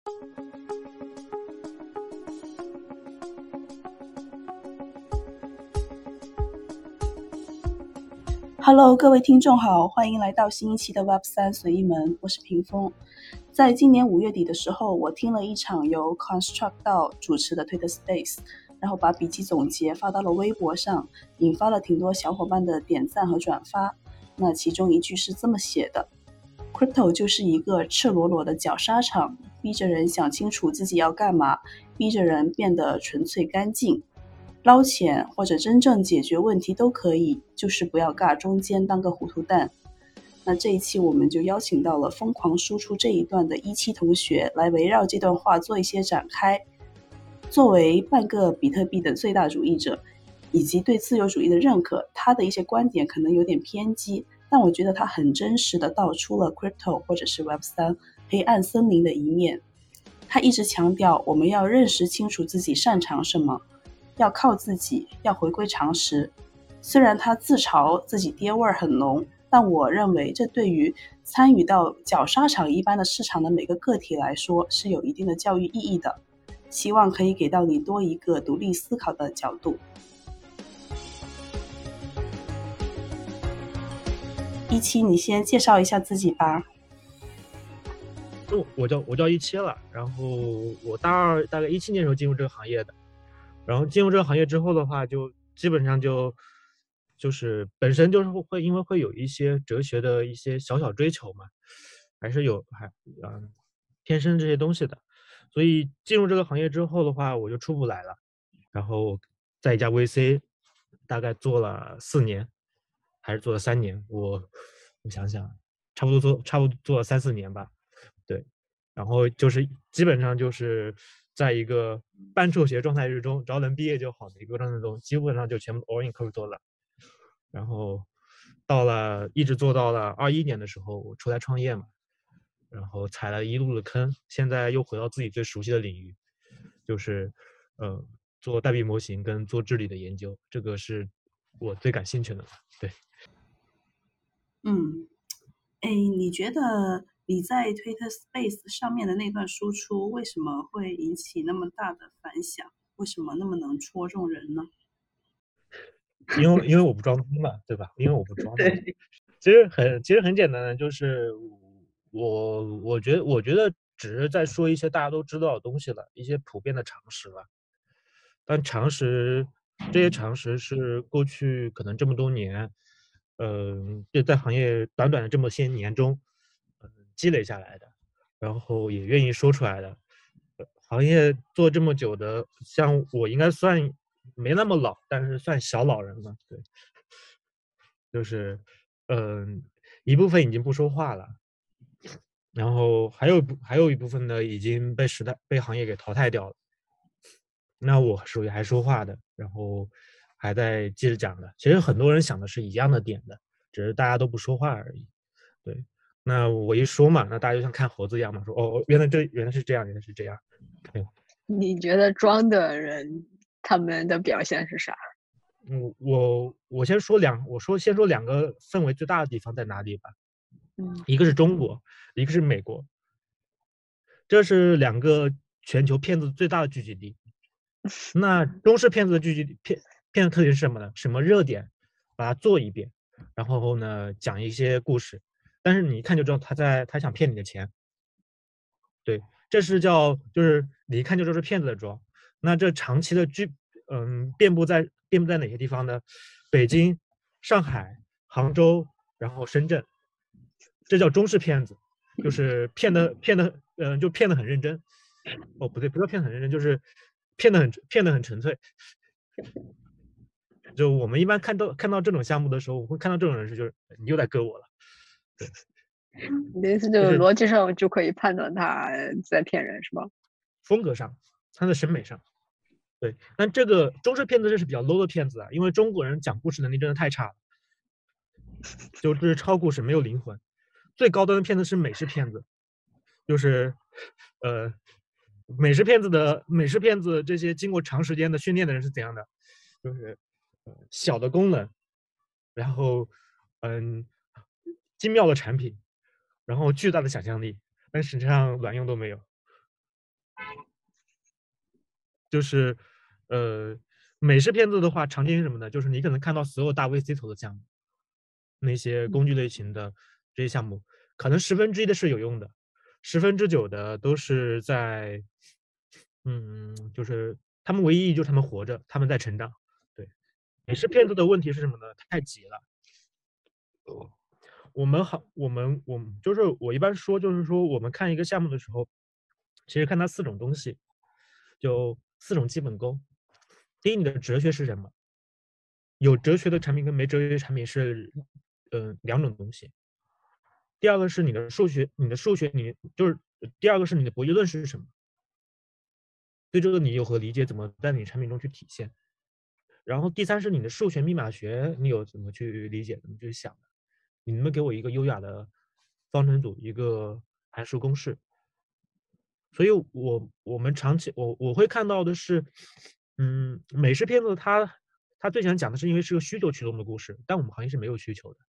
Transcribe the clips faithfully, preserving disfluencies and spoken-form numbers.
Hello，各位听众好，欢迎来到新一期的 Web 三随意门，我是屏风。在今年五月底的时候，我听了一场由 Construct 道主持的 Twitter Space， 然后把笔记总结发到了微博上，引发了挺多小伙伴的点赞和转发。那其中一句是这么写的 ：Crypto 就是一个赤裸裸的绞杀场，逼着人想清楚自己要干嘛，逼着人变得纯粹干净。捞钱或者真正解决问题都可以，就是不要尬中间当个糊涂蛋。那这一期我们就邀请到了疯狂输出这一段的一期同学来围绕这段话做一些展开。作为半个比特币的最大主义者，以及对自由主义的认可，他的一些观点可能有点偏激，但我觉得他很真实的道出了 Crypto 或者是 Web 三 黑暗森林的一面。他一直强调我们要认识清楚自己擅长什么，要靠自己，要回归常识。虽然他自嘲自己爹味儿很浓，但我认为这对于参与到绞杀场一般的市场的每个个体来说是有一定的教育意义的，希望可以给到你多一个独立思考的角度。一期，你先介绍一下自己吧。 我叫我叫一期了，然后我大二大概一七年的时候进入这个行业的，然后进入这个行业之后的话，就基本上就就是本身就是会因为会有一些哲学的一些小小追求嘛，还是有还嗯天生这些东西的，所以进入这个行业之后的话，我就出不来了，然后在一家 V C 大概做了四年，还是做了三年，我我想想，差不多做差不多做了三四年吧。对，然后就是基本上就是在一个半辍学状态之中，只要能毕业就好的一个状态中，基本上就全部 all in crypto 了。然后到了一直做到了二一年的时候，我出来创业嘛，然后踩了一路的坑，现在又回到自己最熟悉的领域，就是呃做代币模型跟做治理的研究，这个是我最感兴趣的。对， 嗯，哎，你觉得你在 Twitter Space 上面的那段输出为什么会引起那么大的反响？为什么那么能戳中人呢？ 因为因为我不装逼嘛，对吧？因为我不装嘛。 对， 其实很其实很简单的，就是我我觉得我觉得只是在说一些大家都知道的东西了，一些普遍的常识了。但常识这些常识是过去可能这么多年，嗯、就在行业短短的这么些年中，嗯、积累下来的，然后也愿意说出来的。呃行业做这么久的，像我应该算没那么老，但是算小老人了。对，就是嗯、一部分已经不说话了，然后还有还有一部分呢已经被时代被行业给淘汰掉了。那我属于还说话的，然后还在接着讲的。其实很多人想的是一样的点的，只是大家都不说话而已。对，那我一说嘛，那大家就像看猴子一样嘛，说哦，原来这原来是这样，原来是这样。对， 你觉得装的人他们的表现是啥？ 嗯，我我先说两，我说先说两个氛围最大的地方在哪里吧。 嗯， 一个是中国，一个是美国，这是两个全球骗子最大的聚集地。那中式骗子的聚集地骗骗子特点是什么呢？什么热点，把它做一遍，然后呢讲一些故事，但是你一看就知道他在他想骗你的钱。对，这是叫就是你一看就知道是骗子的装。那这长期的聚嗯遍布在遍布在哪些地方呢？北京、上海、杭州，然后深圳，这叫中式骗子，就是骗的骗的嗯、呃、就骗的很认真。哦，不对，不叫骗得很认真，就是骗的很骗的很纯粹。就我们一般看到看到这种项目的时候，我会看到这种人是就是你又在割我了。对， 你的意思就就是是逻辑上就可以判断他在骗人是吧？ 风格上，他的审美上。对，但这个中式骗子这是比较 low 的骗子啊，因为中国人讲故事能力真的太差了，就是超故事没有灵魂。最高端的骗子是美式骗子，就是呃美式骗子的美式骗子这些经过长时间的训练的人是怎样的？就是呃小的功能，然后嗯精妙的产品，然后巨大的想象力，但实际上卵用都没有。 就是呃，美式片子的话，常见是什么呢？就是你可能看到所有大 V C 投的项目，那些工具类型的这些项目，可能十分之一的是有用的，十分之九的都是在，嗯，就是他们唯一意义就是他们活着，他们在成长。对，美式片子的问题是什么呢？太急了。我们好，我们我们就是我一般说，就是说我们看一个项目的时候，其实看它四种东西，就四种基本功。第一，你的哲学是什么？有哲学的产品跟没哲学的产品是，呃，两种东西。第二个是你的数学，你的数学你就是第二个是你的博弈论是什么？对这个你有何理解？怎么在你产品中去体现？然后第三是你的数学密码学，你有怎么去理解、怎么去想的？你能不能给我一个优雅的方程组，一个函数公式？所以我我们长期我我会看到的是，嗯，美式片子它它最想讲的是因为是个需求驱动的故事，但我们行业是没有需求的。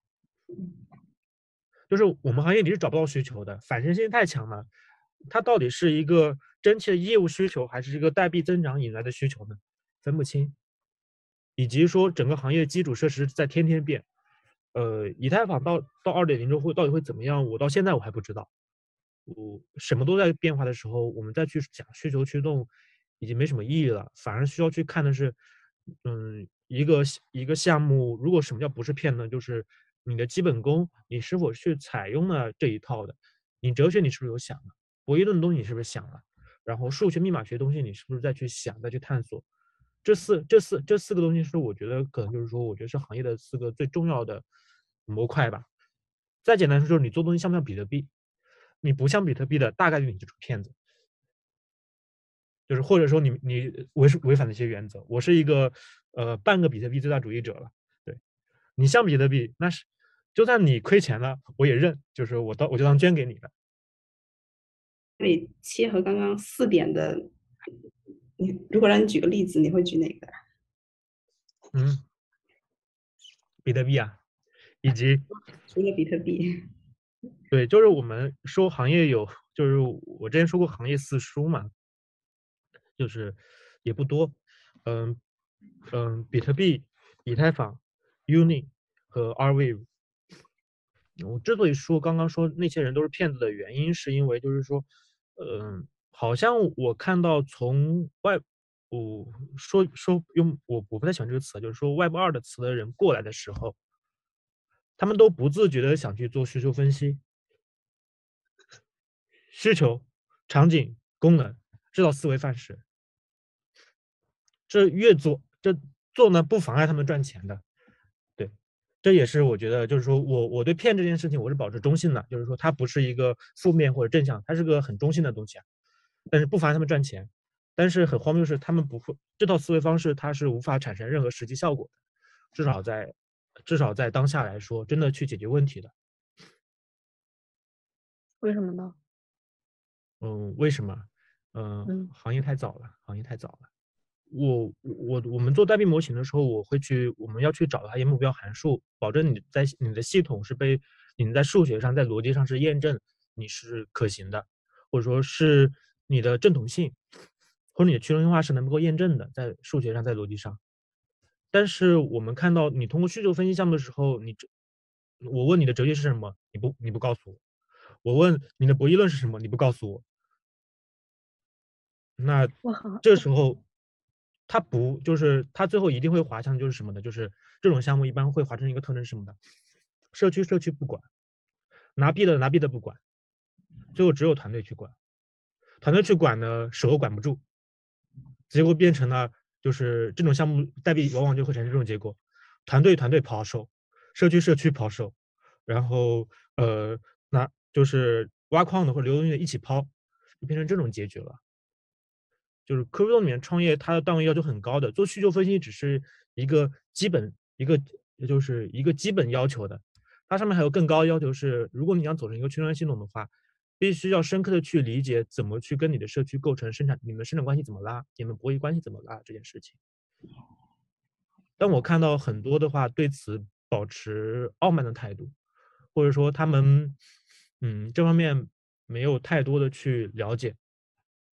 就是我们行业里是找不到需求的，反身性太强了。它到底是一个真切的业务需求，还是一个代币增长引来的需求呢？分不清。以及说整个行业基础设施在天天变，呃，以太坊到到二点零之后会到底会怎么样？我到现在我还不知道。我什么都在变化的时候，我们再去讲需求驱动，已经没什么意义了。反而需要去看的是，嗯，一个一个项目，如果什么叫不是骗呢？就是你的基本功，你是否去采用了这一套的？你哲学你是不是有想了？博弈论的东西你是不是想了？然后数学密码学东西你是不是再去想、再去探索？这四这四这四个东西是我觉得可能就是说，我觉得是行业的四个最重要的模块吧。再简单说，就是你做东西像不像比特币？你不像比特币的，大概率你就是骗子。就是或者说你你违违反了一些原则。我是一个呃半个比特币最大主义者了。对，你像比特币，那是就算你亏钱了，我也认，就是我到我就当捐给你的。 对，切合刚刚四点的，你如果让你举个例子，你会举哪个？ 嗯，比特币啊，以及除了比特币， 对，就是我们说行业有，就是我之前说过行业四书嘛，就是也不多，嗯嗯，比特币、以太坊、Uni 和 Arweave。我之所以说刚刚说那些人都是骗子的原因，是因为就是说，嗯，好像我看到从外，我说说用我我不太喜欢这个词，就是说 Web 二的词的人过来的时候，他们都不自觉的想去做需求分析，需求、场景、功能这套思维范式，这越做这做呢不妨碍他们赚钱的。对，这也是我觉得，就是说我我对骗这件事情我是保持中性的，就是说它不是一个负面或者正向，它是个很中性的东西啊。但是不妨碍他们赚钱，但是很荒谬是他们不会这套思维方式，它是无法产生任何实际效果的，至少在至少在当下来说，真的去解决问题的。 为什么呢？ 嗯，为什么？嗯， 嗯， 行业太早了，行业太早了。我我我们做代币模型的时候，我会去，我们要去找它一些目标函数，保证你在你的系统是被你在数学上、在逻辑上是验证你是可行的，或者说是你的正统性，或者你的去中心化是能够验证的，在数学上、在逻辑上。但是我们看到你通过需求分析项目的时候，你这我问你的哲学是什么，你不你不告诉我；我问你的博弈论是什么，你不告诉我。那我好， 这时候，它不就是它最后一定会滑向就是什么的？就是这种项目一般会滑成一个特征是什么的？社区社区不管，拿币的拿币的不管，最后只有团队去管。团队去管呢，手管不住，结果变成了就是这种项目代币往往就会产生这种结果：团队团队抛售，社区社区抛售，然后呃，那就是挖矿的或者流动性的一起抛，就变成这种结局了。就是 crypto 里面创业，它的段位要求很高的，做需求分析只是一个基本一个，也就是一个基本要求的。它上面还有更高的要求是，如果你想走成一个区块链系统的话，必须要深刻的去理解怎么去跟你的社区构成生产，你们生产关系怎么拉，你们博弈关系怎么拉这件事情。但我看到很多的话对此保持傲慢的态度，或者说他们嗯这方面没有太多的去了解。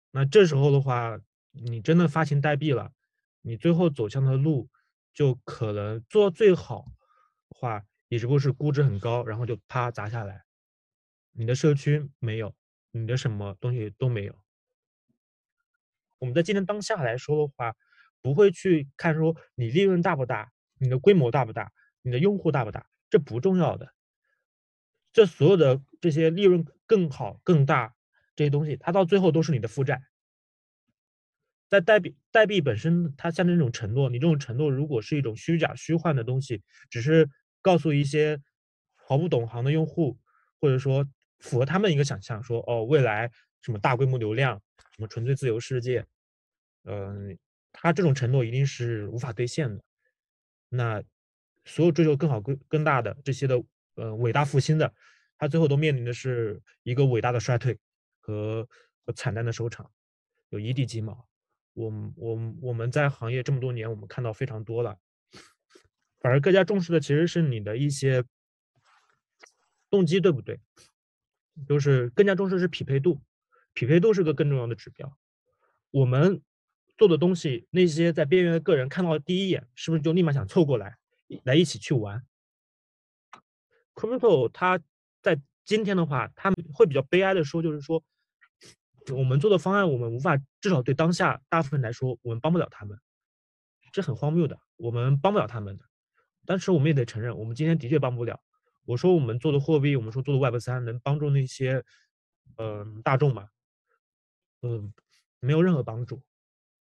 那这时候的话，你真的发行代币了，你最后走向的路就可能做最好的话，也只不过是估值很高，然后就啪砸下来，你的社区没有，你的什么东西都没有。我们在今天当下来说的话，不会去看说你利润大不大，你的规模大不大，你的用户大不大，这不重要的。这所有的这些利润更好、更大这些东西，它到最后都是你的负债。在代币代币本身，它像这种承诺，你这种承诺如果是一种虚假、虚幻的东西，只是告诉一些毫不懂行的用户，或者说符合他们一个想象，说哦，未来什么大规模流量，什么纯粹自由世界，嗯、呃，它这种承诺一定是无法兑现的。那所有追求更好、更更大的这些的呃伟大复兴的，它最后都面临的是一个伟大的衰退和和惨淡的收场，有一地鸡毛。我们我们我们在行业这么多年，我们看到非常多了，反而更加重视的其实是你的一些动机对不对？就是更加重视的是匹配度，匹配度是个更重要的指标。我们做的东西，那些在边缘的个人看到第一眼，是不是就立马想凑过来，来一起去玩？Crypto 它在今天的话，他们会比较悲哀的说，就是说，我们做的方案，我们无法，至少对当下大部分来说，我们帮不了他们，这很荒谬的，我们帮不了他们的。但是我们也得承认，我们今天的确帮不了。我说我们做的货币，我们说做的 Web 三能帮助那些，呃，大众嘛，嗯，没有任何帮助，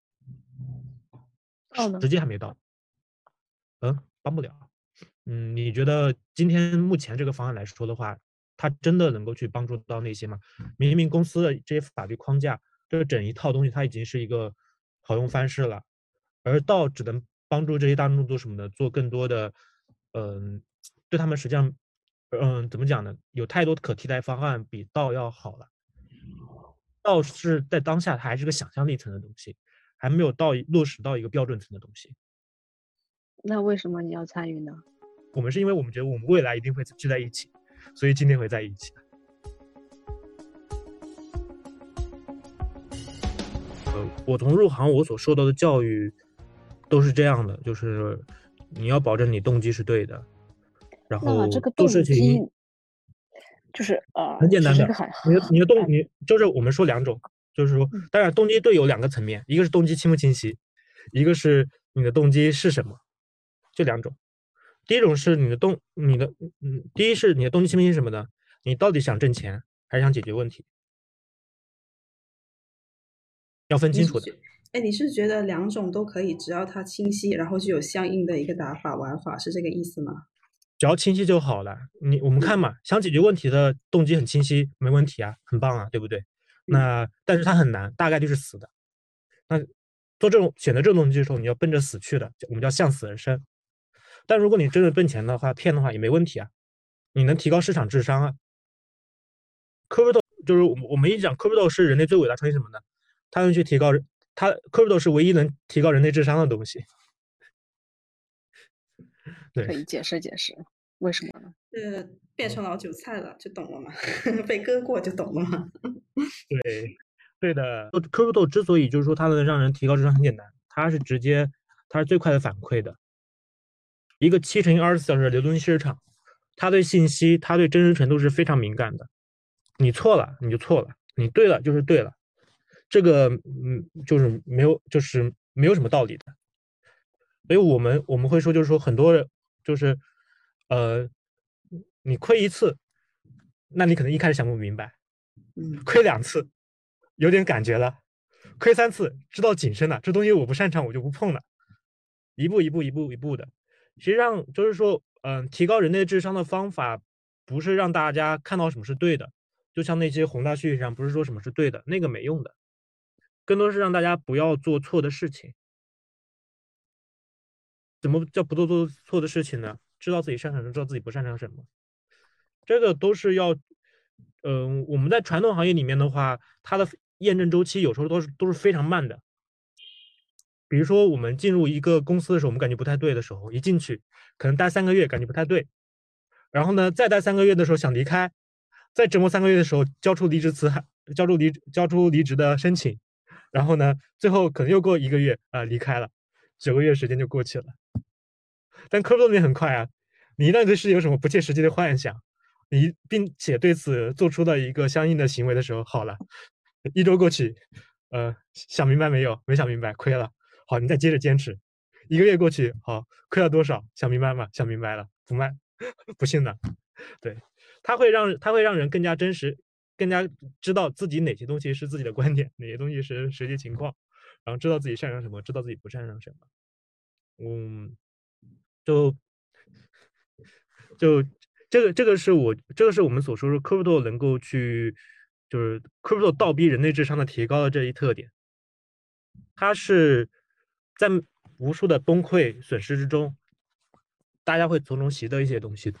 到呢？ 时机还没到，嗯，帮不了。嗯，你觉得今天目前这个方案来说的话，它真的能够去帮助到那些吗？明明公司的这些法律框架，这整一套东西，它已经是一个好用范式了，而道只能帮助这些大众做什么呢？做更多的，嗯，对他们实际上，嗯，怎么讲呢？有太多可替代方案比道要好了。道是在当下它还是个想象力层的东西，还没有到落实到一个标准层的东西。 那为什么你要参与呢？ 我们是因为我们觉得我们未来一定会聚在一起，所以今天会在一起。呃，我从入行我所受到的教育都是这样的，就是你要保证你动机是对的，然后那这个做事动机情就是呃， 很简单的， 其实很你的你的动哎你就是我们说两种，就是说， 嗯， 当然动机对有两个层面，一个是动机清不清晰，一个是你的动机是什么，这两种。第一种是你的动你的嗯，第一是你的动机清不清晰什么呢？你到底想挣钱还是想解决问题？要分清楚的。 你是觉，哎，你是觉得两种都可以，只要它清晰，然后就有相应的一个打法玩法，是这个意思吗？ 只要清晰就好了。你我们看嘛，想解决问题的动机很清晰，没问题啊，很棒啊，对不对？ 嗯， 那但是它很难，大概率是死的。那做这种选择这种东西的时候，你要奔着死去的，我们叫向死而生。但如果你真的奔钱的话，骗的话也没问题啊，你能提高市场智商啊。Crypto 就是我们一讲 Crypto 是人类最伟大创新什么呢？它能去提高它 Crypto 是唯一能提高人类智商的东西。对。 可以解释解释为什么呢？ 呃，变成老韭菜了，就懂了嘛，被割过就懂了嘛。 对，对的。Crypto 之所以就是说它能让人提高智商，很简单，它是直接，它是最快的反馈的。一个七乘以二十四小时的流动性市场，它对信息，它对真实程度是非常敏感的。你错了，你就错了；你对了，就是对了。这个，嗯，就是没有，就是没有什么道理的。所以我们我们会说，就是说很多人就是，呃，你亏一次，那你可能一开始想不明白， 嗯， 亏两次有点感觉了，亏三次知道谨慎了，这东西我不擅长，我就不碰了，一步一步一步一步的。实际上就是说，嗯、呃，提高人类智商的方法不是让大家看到什么是对的，就像那些宏大叙事上不是说什么是对的，那个没用的，更多是让大家不要做错的事情。怎么叫不做做错的事情呢？知道自己擅长什么，知道自己不擅长什么，这个都是要，嗯、呃，我们在传统行业里面的话，它的验证周期有时候都是都是非常慢的。比如说，我们进入一个公司的时候，我们感觉不太对的时候，一进去可能待三个月，感觉不太对，然后呢，再待三个月的时候想离开，再折磨三个月的时候，交出离职辞函，交出离交出离职的申请， 然后呢，最后可能又过一个月啊、呃、离开了，九个月时间就过去了。但 crypto 也很快啊，你一旦对世界有什么不切实际的幻想，你并且对此做出了一个相应的行为的时候，好了，一周过去，呃，想明白没有？没想明白，亏了。好，你再接着坚持。一个月过去，好，亏了多少？想明白吗？想明白了，不卖，不信了。对，它会让它会让人更加真实，更加知道自己哪些东西是自己的观点，哪些东西是实际情况，然后知道自己擅长什么，知道自己不擅长什么。嗯，就就这个这个是我这个是我们所说的 crypto 能够去就是 crypto 倒逼人类智商的提高的这一特点。它是在无数的崩溃损失之中，大家会从中习得一些东西的。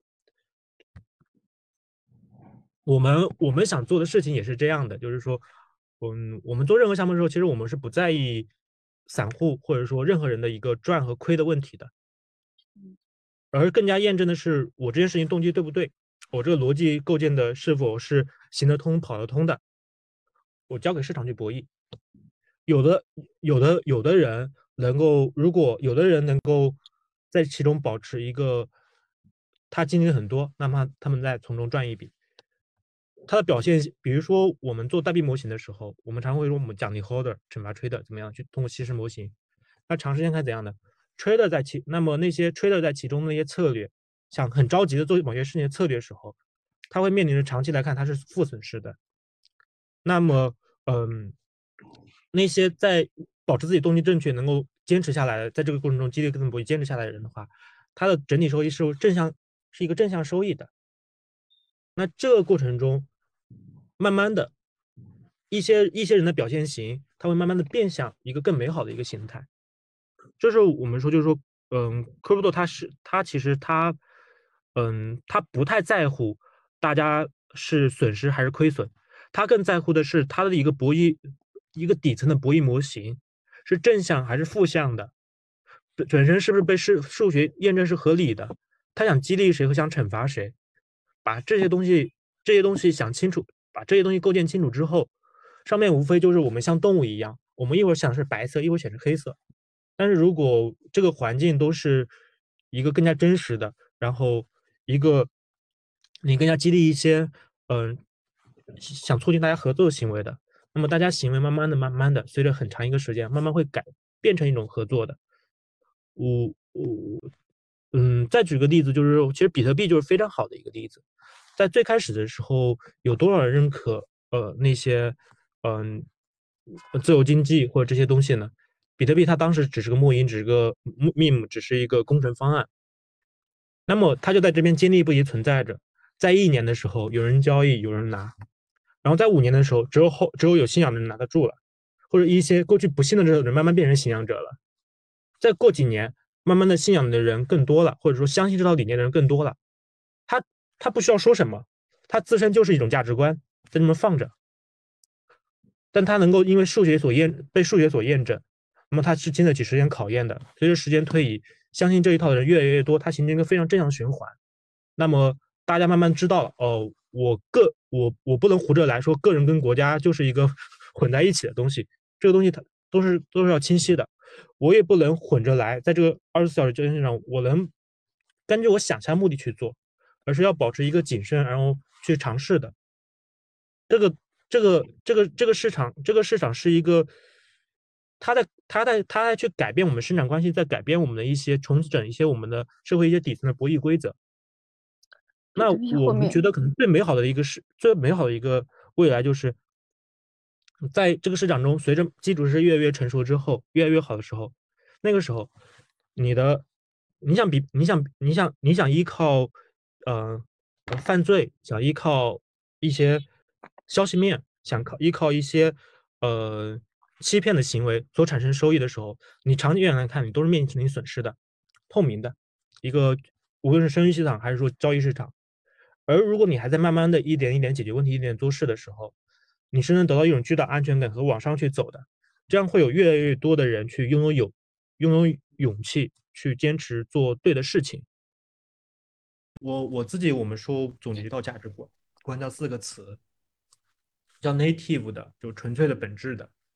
我们我们想做的事情也是这样的，就是说，嗯，我们做任何项目的时候，其实我们是不在意散户或者说任何人的一个赚和亏的问题的，而更加验证的是我这件事情动机对不对，我这个逻辑构建的是否是行得通、跑得通的，我交给市场去博弈。有的有的有的人能够，如果有的人能够在其中保持一个他经历很多，那么他们再从中赚一笔。它的表现，比如说我们做代币模型的时候，我们常会说我们奖励 holder 惩罚 trader 怎么样去通过稀释模型。那长时间看怎样的 trader 在其，那么那些 trader 在其中那些策略，想很着急的做某些事情的策略的时候，他会面临着长期来看它是负损失的。那么，嗯，那些在保持自己动机正确，能够坚持下来，在这个过程中激励更博弈坚持下来的人的话，他的整体收益是正向，是一个正向收益的。那这个过程中，慢慢的，一些一些人的表现型，他会慢慢的变向一个更美好的一个形态。就是我们说，就是说，嗯，crypto 它是它其实它，嗯，它不太在乎大家是损失还是亏损，它更在乎的是它的一个博弈，一个底层的博弈模型是正向还是负向的，本身是不是被数数学验证是合理的，他想激励谁和想惩罚谁，把这些东西这些东西想清楚，把这些东西构建清楚之后，上面无非就是我们像动物一样，我们一会儿想是白色，一会儿显示黑色。但是如果这个环境都是一个更加真实的，然后一个你更加激励一些嗯、呃、想促进大家合作的行为的，那么大家行为慢慢的、慢慢的，随着很长一个时间，慢慢会改变成一种合作的。我我嗯，再举个例子，就是其实比特币就是非常好的一个例子。在最开始的时候，有多少人认可呃那些嗯、呃、自由经济或者这些东西呢？比特币它当时只是个默因，只是个 meme，只是一个工程方案。那么它就在这边坚定不移存在着。在一年的时候，有人交易，有人拿；然后在五年的时候，只有后只有有信仰的人拿得住了，或者一些过去不信的这种人慢慢变成信仰者了。再过几年，慢慢的信仰的人更多了，或者说相信这套理念的人更多了。他他不需要说什么，他自身就是一种价值观，在这么放着。但他能够因为数学所验被数学所验证，那么他是经得起时间考验的。随着时间推移，相信这一套的人越来越多，它形成一个非常正向循环。那么大家慢慢知道了，哦，我个我我不能胡着来说，个人跟国家就是一个混在一起的东西，这个东西它都是都是要清晰的。我也不能混着来，在这个二十四小时这件事上，我能根据我想象目的去做，而是要保持一个谨慎，然后去尝试的。这个这个这个这个市场，这个市场是一个，它在它在它在去改变我们生产关系，在改变我们的一些重整一些我们的社会一些底层的博弈规则。那比特币后面， 我们觉得可能最美好的一个是最美好的一个未来，就是在这个市场中，随着基础设施越来越成熟之后，越来越好的时候，那个时候，你的你想比你想你想你想依靠呃犯罪，想依靠一些消息面，想靠依靠一些呃欺骗的行为所产生收益的时候，你长远来看，你都是面临损失的，透明的一个，无论是生意市场还是说交易市场。而如果你还在慢慢的一点一点解决问题、一点点做事的时候，你是能得到一种巨大安全感和往上去走的。这样会有越来越多的人去拥有有拥有勇气去坚持做对的事情。我我自己我们说总结一套价值观，观叫四个词，叫 native 的，就纯粹的本质的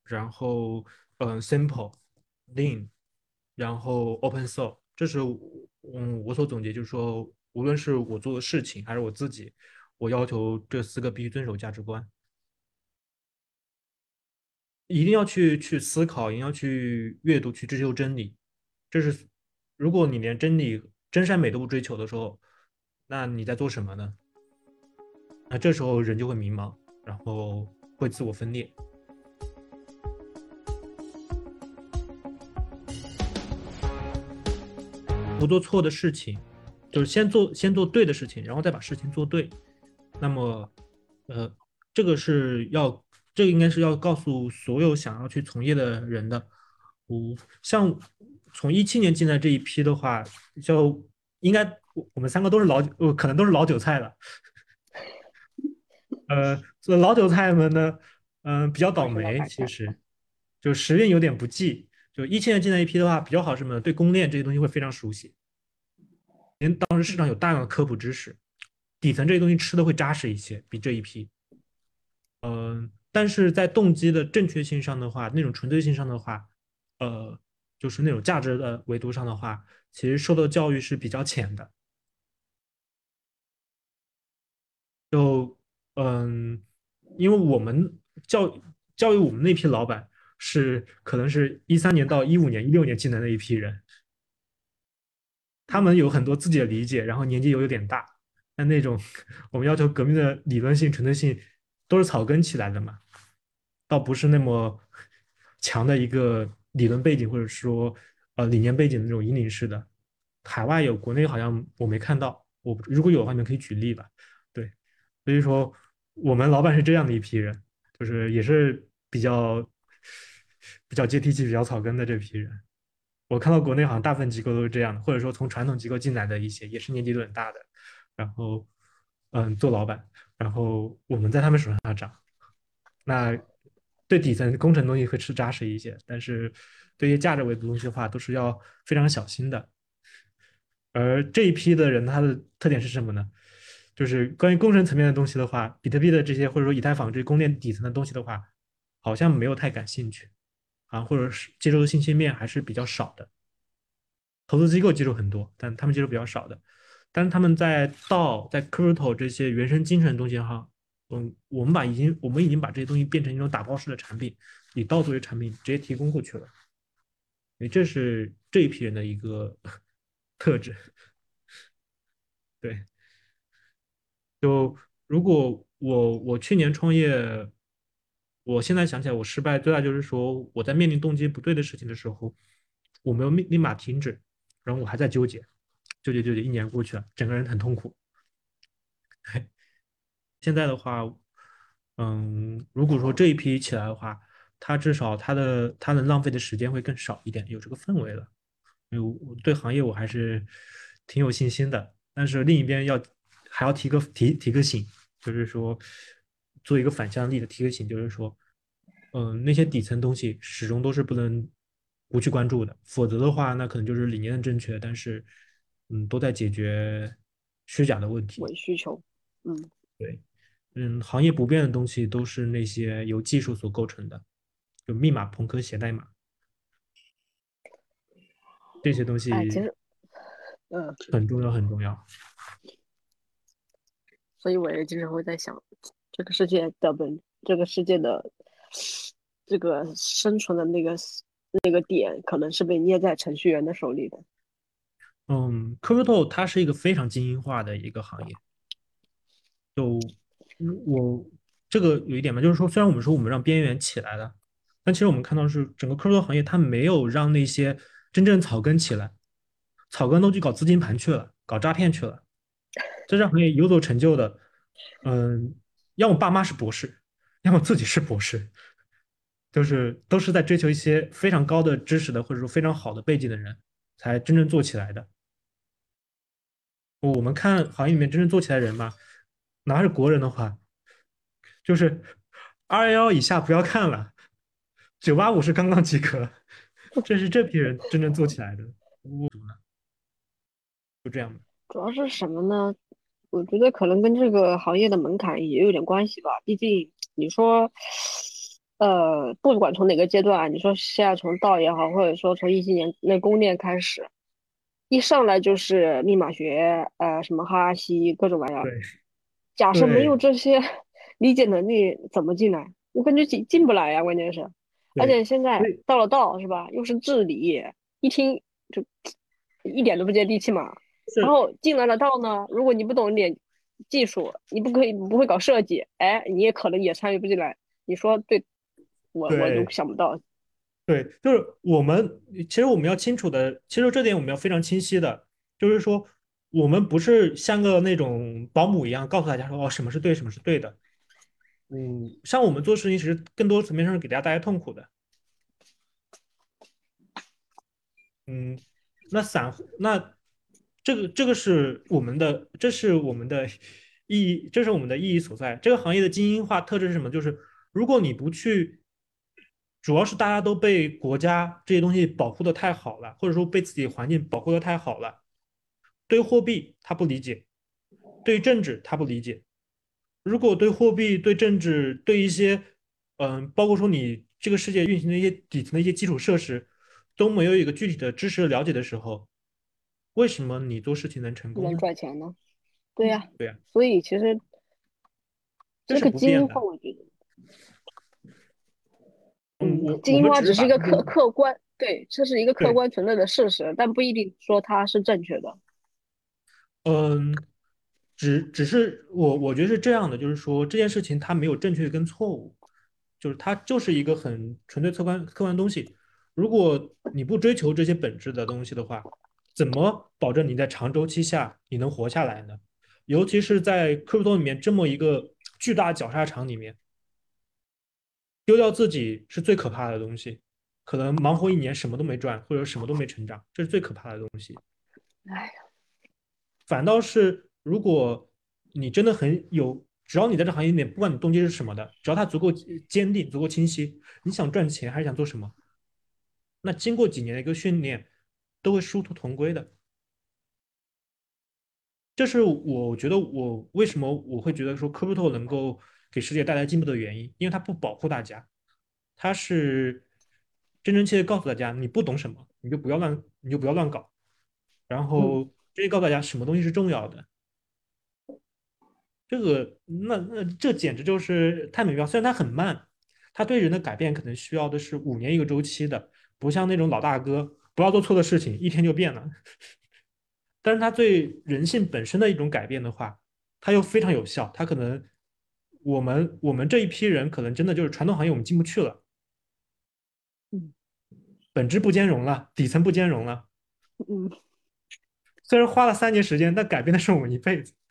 然后嗯、呃 simple、lean，然后 open source，这是嗯我所总结，就是说，无论是我做的事情还是我自己，我要求这四个必须遵守价值观，一定要去去思考，一定要去阅读，去追求真理。这是如果你连真理、真善美都不追求的时候，那你在做什么呢？那这时候人就会迷茫，然后会自我分裂。不做错的事情，就是先做先做对的事情，然后再把事情做对。那么，呃，这个是要，这个应该是要告诉所有想要去从业的人的。我像从一七年进来这一批的话，就应该我我们三个都是老，呃，可能都是老韭菜了。呃，这老韭菜们呢，嗯、呃比较我是老倒霉， 白菜。 其实就时运有点不济。就一七年进来一批的话，比较好是什么呢？对公链这些东西会非常熟悉。当时市场有大量的科普知识，底层这些东西吃的会扎实一些，比这一批。嗯，但是在动机的正确性上的话，那种纯粹性上的话，呃，就是那种价值的维度上的话，其实受到教育是比较浅的。就嗯，因为我们教教育我们那批老板是可能是一三年到一五年、一六年进来的一批人，他们有很多自己的理解，然后年纪又有点大，但那种我们要求革命的理论性、纯粹性都是草根起来的嘛，倒不是那么强的一个理论背景或者说呃理念背景的那种引领式的。海外有，国内好像我没看到，我如果有的话，你们可以举例吧。对，所以说我们老板是这样的一批人，就是也是比较比较接地气、比较草根的这批人。我看到国内好像大部分机构都是这样的，或者说从传统机构进来的一些，也是年纪都很大的，然后嗯做老板，然后我们在他们手上长，那对底层工程东西会吃扎实一些，但是对于价值维度东西的话，都是要非常小心的。而这一批的人，他的特点是什么呢？就是关于工程层面的东西的话，比特币的这些或者说以太坊这些公链底层的东西的话，好像没有太感兴趣啊，或者是接受的信息面还是比较少的。投资机构接触很多，但他们接触比较少的。但是他们在道、在 crypto 这些原生精神的东西上，嗯，我们把已经我们已经把这些东西变成一种打包式的产品，以道作为产品直接提供过去了。所以这是这一批人的一个特质。对，就如果我我去年创业，我现在想起来，我失败最大就是说我在面临动机不对的事情的时候，我没有立立马停止，然后我还在纠结，纠结纠结，一年过去了，整个人很痛苦。现在的话，嗯，如果说这一批起来的话，它至少它的它能浪费的时间会更少一点，有这个氛围了。有我对行业我还是挺有信心的，但是另一边要还要提个提提个醒，就是说做一个反向力的提个醒，就是说，嗯，那些底层东西始终都是不能不去关注的，否则的话，那可能就是理念的正确，但是嗯，都在解决虚假的问题。 伪需求。嗯， 对，嗯，行业不变的东西都是那些由技术所构成的，就密码朋克写代码这些东哎，其西实，嗯， 很重要，很重要。 所以我也经常会在想，这个世界的本，这个世界的这个生存的那个那个点，可能是被捏在程序员的手里的。 嗯，crypto 它是一个非常精英化的一个行业。就嗯我这个有一点嘛，就是说，虽然我们说我们让边缘起来了，但其实我们看到是整个 crypto 行业它没有让那些真正草根起来，草根都去搞资金盘去了，搞诈骗去了。在这行业有所成就的，嗯，要么爸妈是博士，要么自己是博士，就是都是在追求一些非常高的知识的，或者说非常好的背景的人，才真正做起来的。我们看行业里面真正做起来的人嘛，哪怕是国人的话，就是二幺幺以下不要看了，九八五是刚刚及格，这是这批人真正做起来的，就这样的。 主要是什么呢？我觉得可能跟这个行业的门槛也有点关系吧。毕竟你说， 呃，不管从哪个阶段啊，你说现在从道也好，或者说从一七年那公链开始，一上来就是密码学，呃，什么哈拉西各种玩意儿。 对假设没有对这些理解能力，怎么进来？我感觉进进不来呀，关键是，而对， 且现在所以到了道是吧，又是治理，一听就一点都不接地气嘛。然是， 后进来了道呢，如果你不懂一点技术，你不可以不会搞设计，哎，你也可能也参与不进来。你说对，我我就对想不到。 对，就是我们其实我们要清楚的，其实这点我们要非常清晰的，就是说我们不是像个那种保姆一样告诉大家说哦什么是对，什么是对的。嗯，像我们做事情，其实更多层面上是给大家带来痛苦的。嗯，那散户，那这个这个是我们的，这是我们的意义，这是我们的意义所在。这个行业的精英化特质是什么？就是如果你不去，主要是大家都被国家这些东西保护的太好了，或者说被自己环境保护的太好了，对货币他不理解，对政治他不理解。如果对货币、对政治、对一些嗯，包括说你这个世界运行的一些底层的一些基础设施都没有一个具体的知识了解的时候，为什么你做事情能成功能呢？ 赚钱呢？对呀， 对呀， 所以其实这是这个精英化， 不变的。 我觉得， 嗯， 嗯， 我精英化我们只是只是一个客把这些客观，对，这是一个客对， 观存在的事实，但不一定说它是正确的。 嗯，只只是我我觉得是这样的，就是说这件事情它没有正确跟错误，就是它就是一个很纯粹客观客观的东西。如果你不追求这些本质的东西的话，怎么保证你在长周期下你能活下来呢？尤其是在 crypto 里面这么一个巨大绞杀场里面，丢掉自己是最可怕的东西。可能忙活一年什么都没赚，或者什么都没成长，这是最可怕的东西。 哎， 反倒是如果你真的很有，只要你在这行业里面，不管你动机是什么的，只要它足够坚定、足够清晰，你想赚钱还是想做什么，那经过几年的一个训练，都会殊途同归的。这是我觉得我为什么我会觉得说 crypto 能够给世界带来进步的原因，因为它不保护大家，它是真真切切告诉大家，你不懂什么，你就不要乱，你就不要乱搞，然嗯， 后直接告诉大家什么东西是重要的。这个那那这简直就是太美妙。虽然它很慢，它对人的改变可能需要的是五年一个周期的，不像那种老大哥不要做错的事情一天就变了。但是它对人性本身的一种改变的话，它又非常有效。它可能我们我们这一批人可能真的就是传统行业我们进不去了， 嗯本质不兼容了，底层不兼容了。 嗯， 虽然花了三年时间，但改变的是我们一辈子。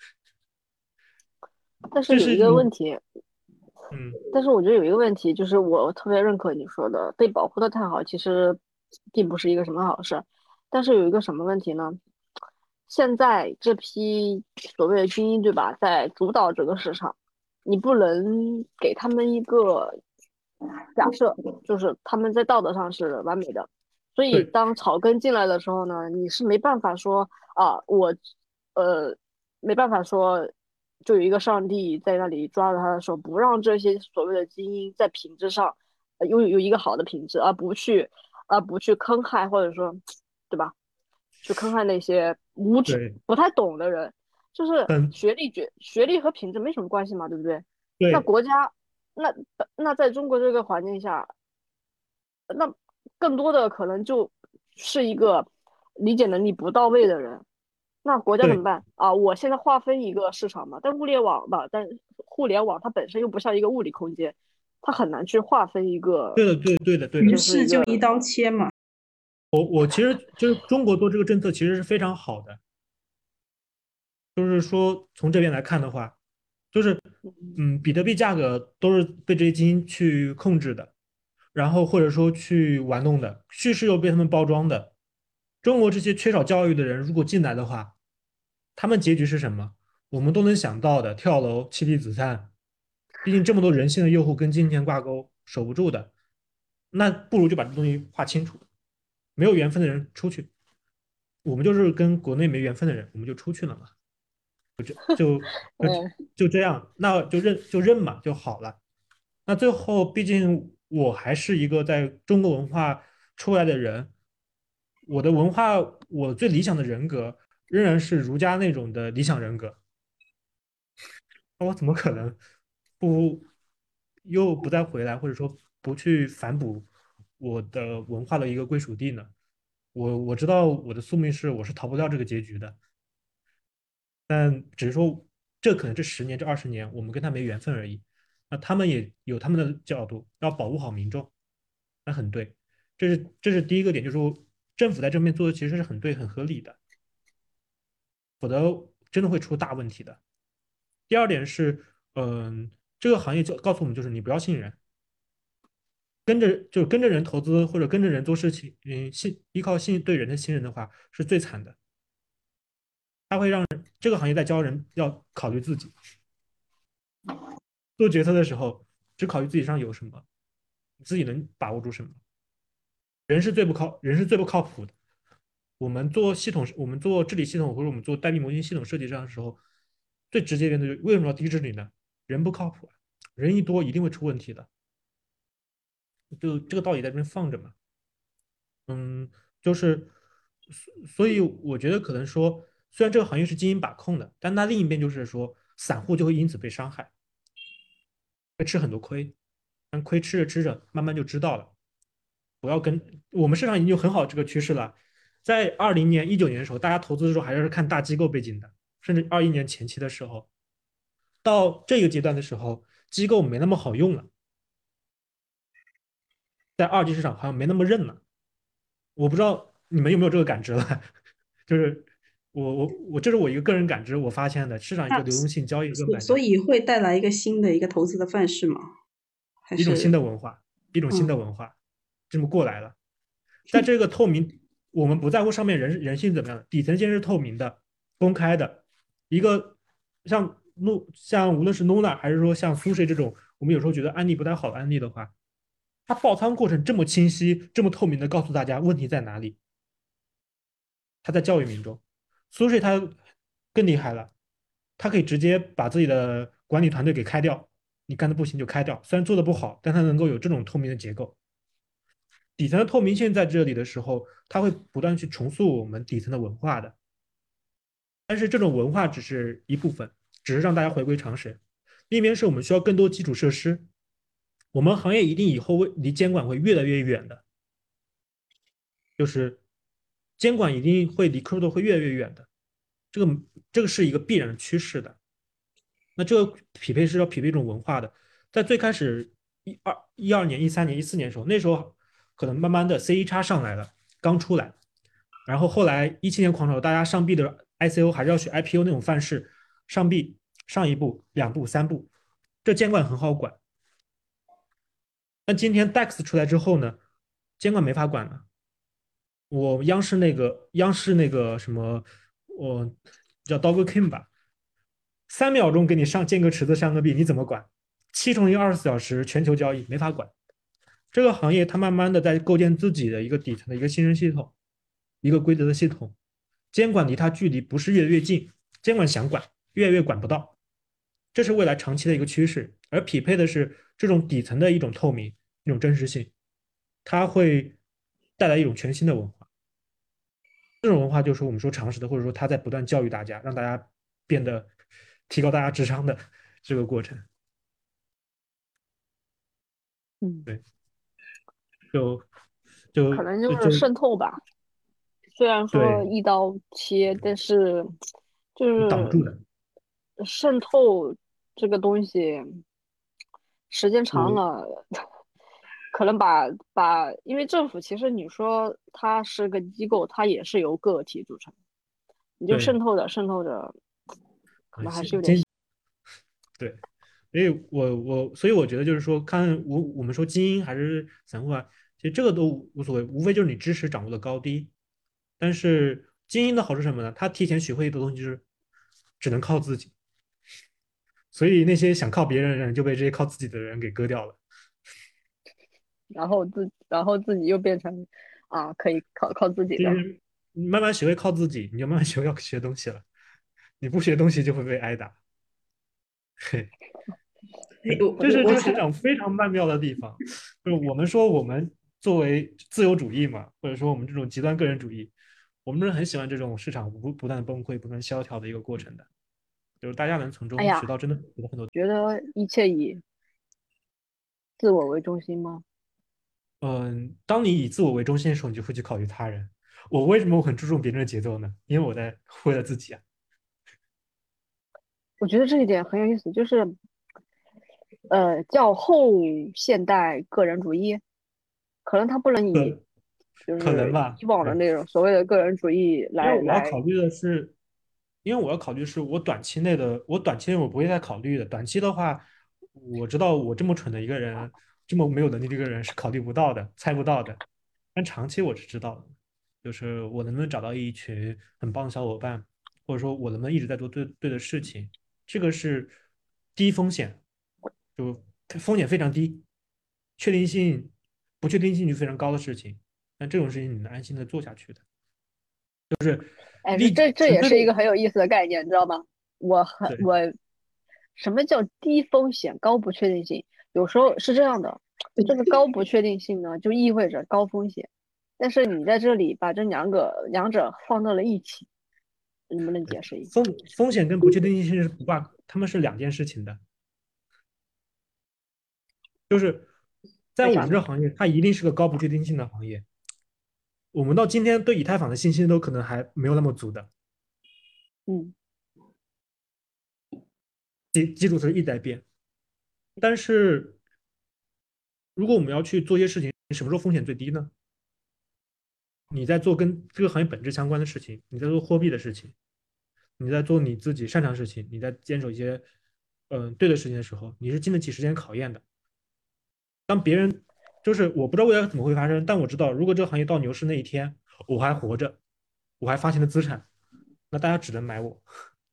但是有一这是一种个问题， 嗯， 但是我觉得有一个问题，就是我特别认可你说的，被保护的太好，其实并不是一个什么好事。但是有一个什么问题呢？现在这批所谓的精英，对吧，在主导这个市场，你不能给他们一个假设，就是他们在道德上是完美的。所以对当草根进来的时候呢，你是没办法说啊，我呃没办法说，就有一个上帝在那里抓着他的手，不让这些所谓的精英在品质上呃拥有有一个好的品质，而不去而不去坑害或者说，对吧？去坑害那些无知对， 不太懂的人，就是很学历决学历和品质没什么关系嘛，对不对？那对。 国家那那在中国这个环境下，那更多的可能就是一个理解能力不到位的人。那国家怎么对， 办啊？我现在划分一个市场嘛，但物联网吧，但互联网它本身又不像一个物理空间，它很难去划分一个， 对的，对对的，对于的。 就是一个， 是就一刀切嘛。 我我其实就是中国做这个政策其实是非常好的，就是说从这边来看的话，就是嗯，比特币价格都是被这些基金去控制的，然后或者说去玩弄的，叙事又被他们包装的。中国这些缺少教育的人如果进来的话，他们结局是什么？我们都能想到的，跳楼、妻离子散。毕竟这么多人性的诱惑跟金钱挂钩，守不住的，那不如就把这东西划清楚。没有缘分的人出去，我们就是跟国内没缘分的人，我们就出去了嘛，就就嗯就这样，那就认就认嘛就好了。那最后毕竟我还是一个在中国文化出来的人，我的文化，我最理想的人格仍然是儒家那种的理想人格。那我怎么可能不又不再回来，或者说不去反哺我的文化的一个归属地呢？我我知道我的宿命是我是逃不掉这个结局的，但只是说这可能这十年这二十年我们跟他没缘分而已。那他们也有他们的角度，要保护好民众，那很对。这是这是第一个点，就是说政府在这边做的其实是很对很合理的，否则真的会出大问题的。第二点是，嗯，这个行业就告诉我们，就是你不要信人，跟着就跟着人投资或者跟着人做事情，嗯，信依靠信对人的信任的话是最惨的。这个行业在教人要考虑自己，做决策的时候只考虑自己上有什么，自己能把握住什么。人是最不靠人是最不靠谱的。我们做系统，我们做治理系统或者我们做代币模型系统设计上的时候，最直接的就是为什么要低治理呢？人不靠谱，人一多一定会出问题的，就这个道理在这边放着嘛。嗯，就是所以我觉得可能说，虽然这个行业是精英把控的，但那另一边就是说，散户就会因此被伤害，会吃很多亏，但亏吃着吃着，慢慢就知道了。不要跟我们市场已经有很好这个趋势了。在二零年、一九年的时候，大家投资的时候还是看大机构背景的，甚至二一年前期的时候，到这个阶段的时候，机构没那么好用了，在二级市场好像没那么认了。我不知道你们有没有这个感知了，就是我我我这是我一个个人感知，我发现的市场一个那流动性交易更所所板块， 以会带来一个新的一个投资的范式吗？还一种新是的文化，一种新的嗯， 文化这么过来了。在这个透明，我们不在乎上面人人性怎么样，底层先是透明的、公开的。一个像露像无论是 Luna 还是说像苏轼这种，我们有时候觉得案例不太好的案例的话，它爆仓过程这么清晰、这么透明的告诉大家问题在哪里，他在教育民众。苏轼他更厉害了，他可以直接把自己的管理团队给开掉，你干的不行就开掉。虽然做的不好，但他能够有这种透明的结构。底层的透明性在这里的时候，它会不断去重塑我们底层的文化的。但是这种文化只是一部分，只是让大家回归常识。另一边是我们需要更多基础设施，我们行业一定以后会离监管会越来越远的，就是监管一定会离 crypto 会越来越远的，这个这个是一个必然的趋势的。那这个匹配是要匹配一种文化的，在最开始一二一二年、一三年、一四年的时候，那时候可能慢慢的 C 一叉上来了，刚出来，然后后来一七年狂潮，大家上币的 I C O 还是要学 I P O 那种范式，上币上一步、两步、三步，这监管很好管。那今天 D E X 出来之后呢，监管没法管了。我央视那个央视那个什么，我叫 Dog King 吧，三秒钟给你上建个池子上个币，你怎么管？七乘以二十四小时全球交易没法管。这个行业它慢慢的在构建自己的一个底层的一个信任系统，一个规则的系统，监管离它距离不是越来越近，监管想管越来越管不到，这是未来长期的一个趋势。而匹配的是这种底层的一种透明、一种真实性，它会带来一种全新的文化。这种文化就是我们说常识的，或者说它在不断教育大家，让大家变得提高大家智商的这个过程。 嗯， 对，就就可能就是就就渗透吧。虽然说对， 一刀切，但是就是挡不住的。 渗透这个东西，时间长我了，可能把把，因为政府其实你说它是个机构，它也是由个体组成，你就对， 渗透着渗透着，可呃， 能还是有点。 今今对，所以我我所以我觉得就是说，看我我们说精英还是散户啊，其实这个都无所谓，无非就是你知识掌握的高低。但是精英的好处是什么呢？他提前学会的东西就是只能靠自己，所以那些想靠别人的人就被这些靠自己的人给割掉了。 然后自然后自己又变成啊，可以靠靠自己的。 就是你慢慢学会靠自己，你就慢慢学会要学东西了。你不学东西就会被挨打。嘿， 我这是这个市我才场非常曼妙的地方。就是我们说我们作为自由主义嘛，或者说我们这种极端个人主义，我们是很喜欢这种市场不不断的崩溃、不断萧条的一个过程的，就是大家能从哎呀， 中学到真的学到很多。 觉得一切以自我为中心吗？ 嗯，当你以自我为中心的时候，你就会去考虑他人。我为什么我很注重别人的节奏呢？因为我在为了自己啊。 我觉得这一点很有意思，就是呃，叫后现代个人主义，可能它不能以可就是可能吧？ 以往的对， 那种所谓的个人主义因为来来， 我要考虑的是，因为我要考虑是我短期内的，我短期内我不会再考虑的。短期的话，我知道我这么蠢的一个人，这么没有能力的一个人是考虑不到的，猜不到的。但长期我是知道的，就是我能不能找到一群很棒的小伙伴，或者说我能不能一直在做对对的事情，这个是低风险，就风险非常低，确定性不确定性就非常高的事情。但这种事情你能安心的做下去的。 哎，这利这这也是一个纯粹的很有意思的概念，你知道吗？我很对， 我什么叫低风险高不确定性？有时候是这样的，这个高不确定性呢，就意味着高风险，但是你在这里把这两个两者放到了一起，能不能解释一下？ 风风险跟不确定性是不挂，他们是两件事情的。就是在我为啥呢？ 们这行业，它一定是个高不确定性的行业。我们到今天对以太坊的信心都可能还没有那么足的， 嗯， 基基础是一直在变。但是如果我们要去做一些事情，什么时候风险最低呢？你在做跟这个行业本质相关的事情，你在做货币的事情，你在做你自己擅长的事情，你在坚守一些嗯、呃对的事情的时候，你是经得起时间考验的。当别人就是我不知道未来怎么会发生，但我知道如果这个行业到牛市那一天我还活着，我还发行了资产，那大家只能买我。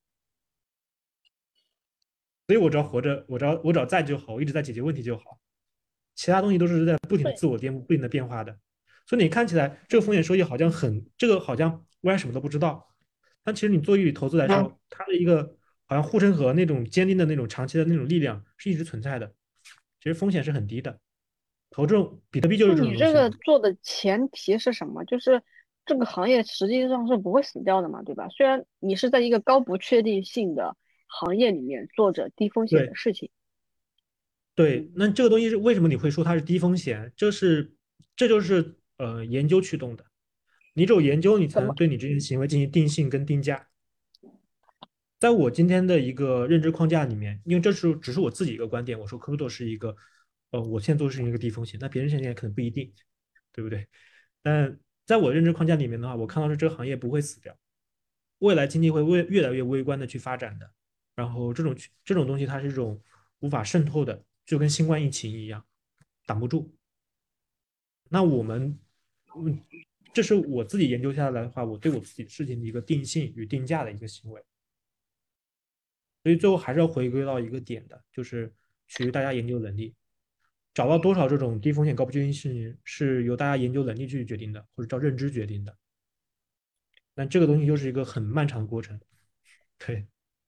所以我只要活着，我只要我只要在就好，我一直在解决问题就好，其他东西都是在不停的对， 自我颠覆、不停的变化的。所以你看起来这个风险收益好像很，这个好像未来什么都不知道，但其实你作为投资来说，它的一个好像护城河那种坚定的那种长期的那种力量是一直存在的，其实风险是很低的。投这种比特币就是这种那你这东西嘛。 个做的前提是什么？就是这个行业实际上是不会死掉的嘛，对吧？虽然你是在一个高不确定性的行业里面做着低风险的对， 事情， 对， 嗯， 那这个东西是为什么你会说它是低风险？这是这就是呃研究驱动的。你只有研究，你才怎么？ 能对你这些行为进行定性跟定价。在我今天的一个认知框架里面，因为这是只是我自己一个观点，我说 crypto 是一个，呃，我现在做的事情一个低风险，那别人现在可能不一定，对不对？但在我认知框架里面的话，我看到是这个行业不会死掉，未来经济会越越来越微观的去发展的。然后这种这种东西它是一种无法渗透的，就跟新冠疫情一样，挡不住。那我们，嗯，这是我自己研究下来的话，我对我自己事情的一个定性与定价的一个行为。所以最后还是要回归到一个点的，就是取决于大家研究能力，找到多少这种低风险高不确定性是由大家研究能力去决定的，或者叫认知决定的。那这个东西又是一个很漫长的过程，对，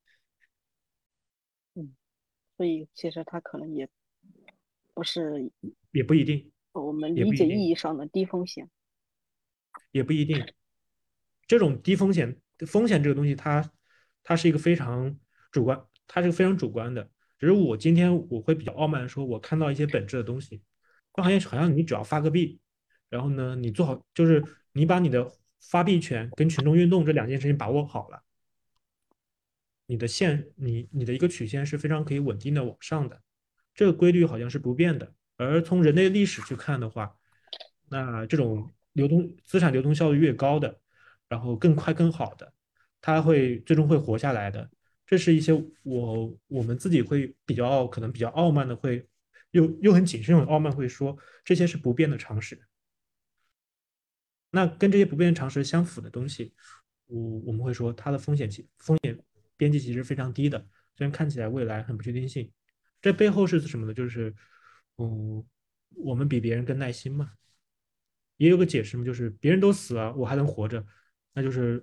嗯，所以其实它可能也不是也不一定， 我们理解意也不一定， 义上的低风险。 也不一定。这种低风险风险这个东西它，它是一个非常主观，它是非常主观的。只是我今天我会比较傲慢的说，我看到一些本质的东西，就好像好像你只要发个币，然后呢，你做好就是你把你的发币权跟群众运动这两件事情把握好了，你的线你你的一个曲线是非常可以稳定的往上的，这个规律好像是不变的。而从人类历史去看的话，那这种流动资产流通效率越高的，然后更快更好的，它会最终会活下来的。这是一些我我们自己会比较可能比较傲慢的会又又很谨慎很傲慢会说这些是不变的常识。那跟这些不变的常识相符的东西，我我们会说它的风险其风险边际其实非常低的，虽然看起来未来很不确定性。这背后是什么呢？就是嗯，我们比别人更耐心嘛。也有个解释嘛，就是别人都死了，我还能活着，那就是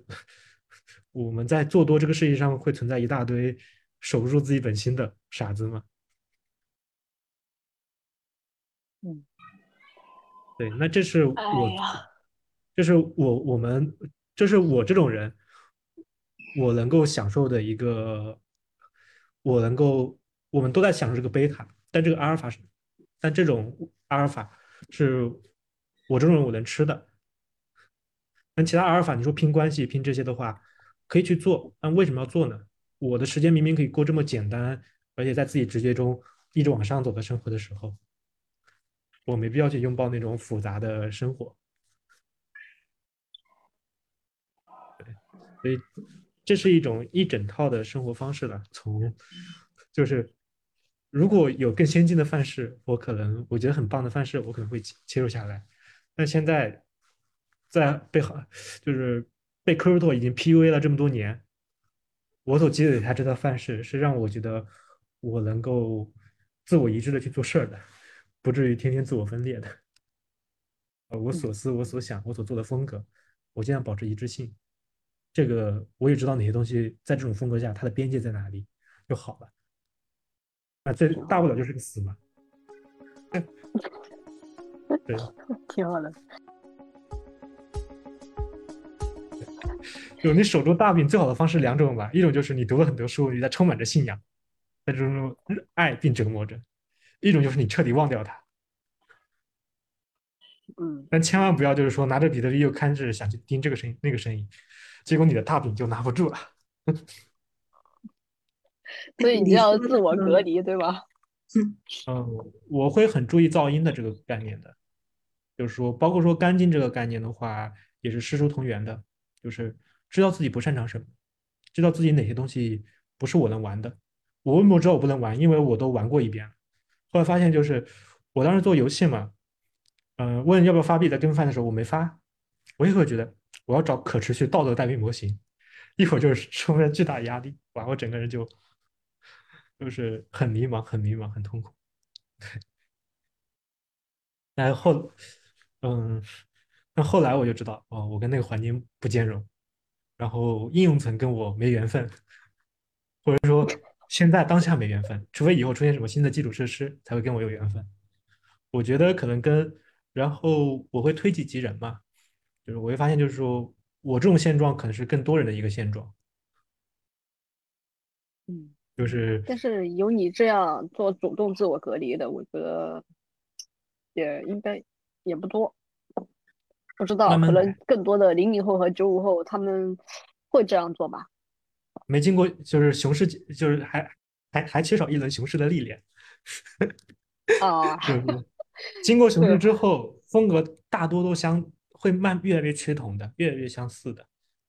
我们在做多这个世界上会存在一大堆守不住自己本心的傻子嘛。 嗯， 对，那这是哎我， 呀， 这是我我们，这是我这种人，我能够享受的一个，我能够，我们都在享受这个贝塔，但这个阿尔法是，但这种阿尔法是我这种人我能吃的，但其他阿尔法你说拼关系拼这些的话，可以去做，但为什么要做呢？我的时间明明可以过这么简单，而且在自己直觉中一直往上走的生活的时候，我没必要去拥抱那种复杂的生活。所以这是一种一整套的生活方式了。从就是如果有更先进的范式，我可能我觉得很棒的范式，我可能会切入下来。但现在在被好就是被科瑞托已经 P U A 了这么多年，我所积累下这套范式是让我觉得我能够自我一致的去做事儿的，不至于天天自我分裂的。呃，我嗯， 所思、我所想、我所做的风格，我尽量保持一致性。这个我也知道哪些东西在这种风格下它的边界在哪里就好了。那这挺好的， 大不了就是个死嘛。对， 挺好的。 就你守住大饼最好的方式两种吧，一种就是你读了很多书，你在充满着信仰，在这种爱并折磨着；一种就是你彻底忘掉它。 嗯， 但千万不要就是说拿着比特币又开始想去盯这个生意那个生意，结果你的大饼就拿不住了。 所以你就你说要自我隔的， 离，对吧？ 嗯，我会很注意噪音的这个概念的。就是说，包括说干净这个概念的话，也是师出同源的，就是知道自己不擅长什么，知道自己哪些东西不是我能玩的。我为什么知道我不能玩？因为我都玩过一遍了。后来发现，就是我当时做游戏嘛，嗯、呃问要不要发币在跟饭的时候，我没发。我一会儿觉得我要找可持续道德代币模型，一会儿就是充满巨大压力，哇，我整个人就就是很迷茫，很迷茫，很痛苦。然后，嗯，那后来我就知道，哦，我跟那个环境不兼容，然后应用层跟我没缘分，现在当下没缘分，除非以后出现什么新的基础设施才会跟我有缘分。我觉得可能跟，然后我会推己及人嘛，就是我会发现，就是说我这种现状可能是更多人的一个现状， 嗯， 就是但是有你这样做主动自我隔离的，我觉得也应该也不多。不知道，可能慢慢来， 更多的零零后和九五后他们会这样做吧。 没经过就是熊市，就是还还还缺少一轮熊市的历练， 啊， 就是经过熊市对， 之后，风格大多都相会慢越来越趋同的，越来越相似的。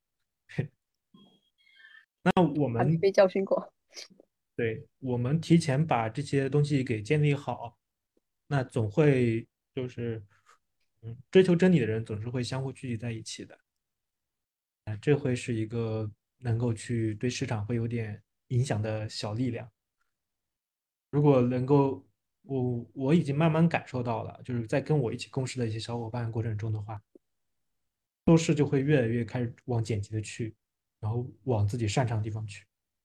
那我们还没被教训过。 对我们提前把这些东西给建立好，那总会就是嗯，追求真理的人总是会相互聚集在一起的。啊，这会是一个能够去对市场会有点影响的小力量。如果能够，我我已经慢慢感受到了，就是在跟我一起共事的一些小伙伴过程中的话，做事就会越来越开始往简洁的去，然后往自己擅长的地方去。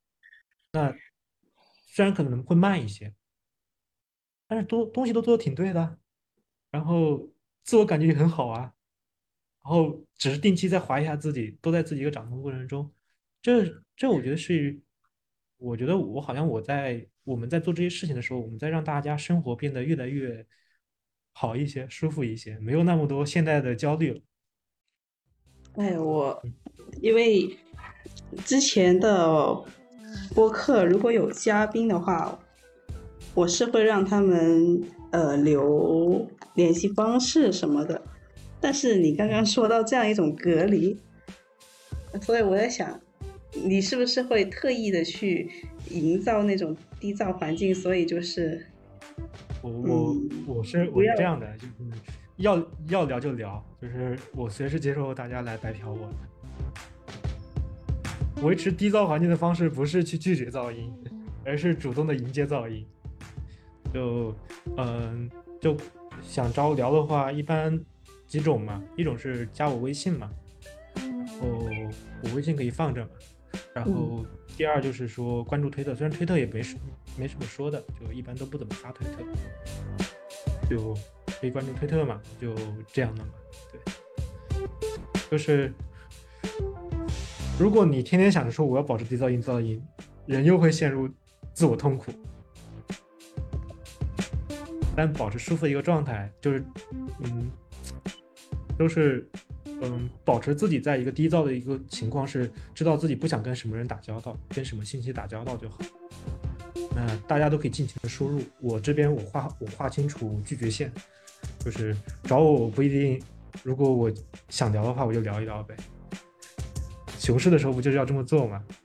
虽然可能会慢一些，但是都东西都做的挺对的，然后自我感觉也很好啊。然后只是定期再划一下自己，都在自己一个掌控过程中。这这我觉得是，我觉得我好像我在我们在做这些事情的时候，我们在让大家生活变得越来越好一些、舒服一些，没有那么多现在的焦虑了。 哎，我因为之前的播客如果有嘉宾的话，我是会让他们呃留联系方式什么的。但是你刚刚说到这样一种隔离，所以我在想，你是不是会特意的去营造那种低噪环境？所以就是我我嗯， 我是不要我是这样的，就是要要聊就聊，就是我随时接受大家来白嫖我。维持低噪环境的方式不是去拒绝噪音，而是主动的迎接噪音。就嗯，就想找我聊的话，一般几种嘛，一种是加我微信嘛，哦，我微信可以放着嘛。然嗯， 后第二就是说关注推特，虽然推特也没什没什么说的，就一般都不怎么发推特。 就可以关注推特嘛，就这样的嘛。对，就是如果你天天想着说我要保持低噪音，低噪音，人又会陷入自我痛苦。但保持舒服的一个状态，就是嗯，都是嗯，保持自己在一个低噪的一个情况，是知道自己不想跟什么人打交道，跟什么信息打交道就好。那大家都可以尽情的输入，我这边我画我画清楚拒绝线，就是找我我不一定，如果我想聊的话我就聊一聊呗。熊市的时候不就是要这么做吗？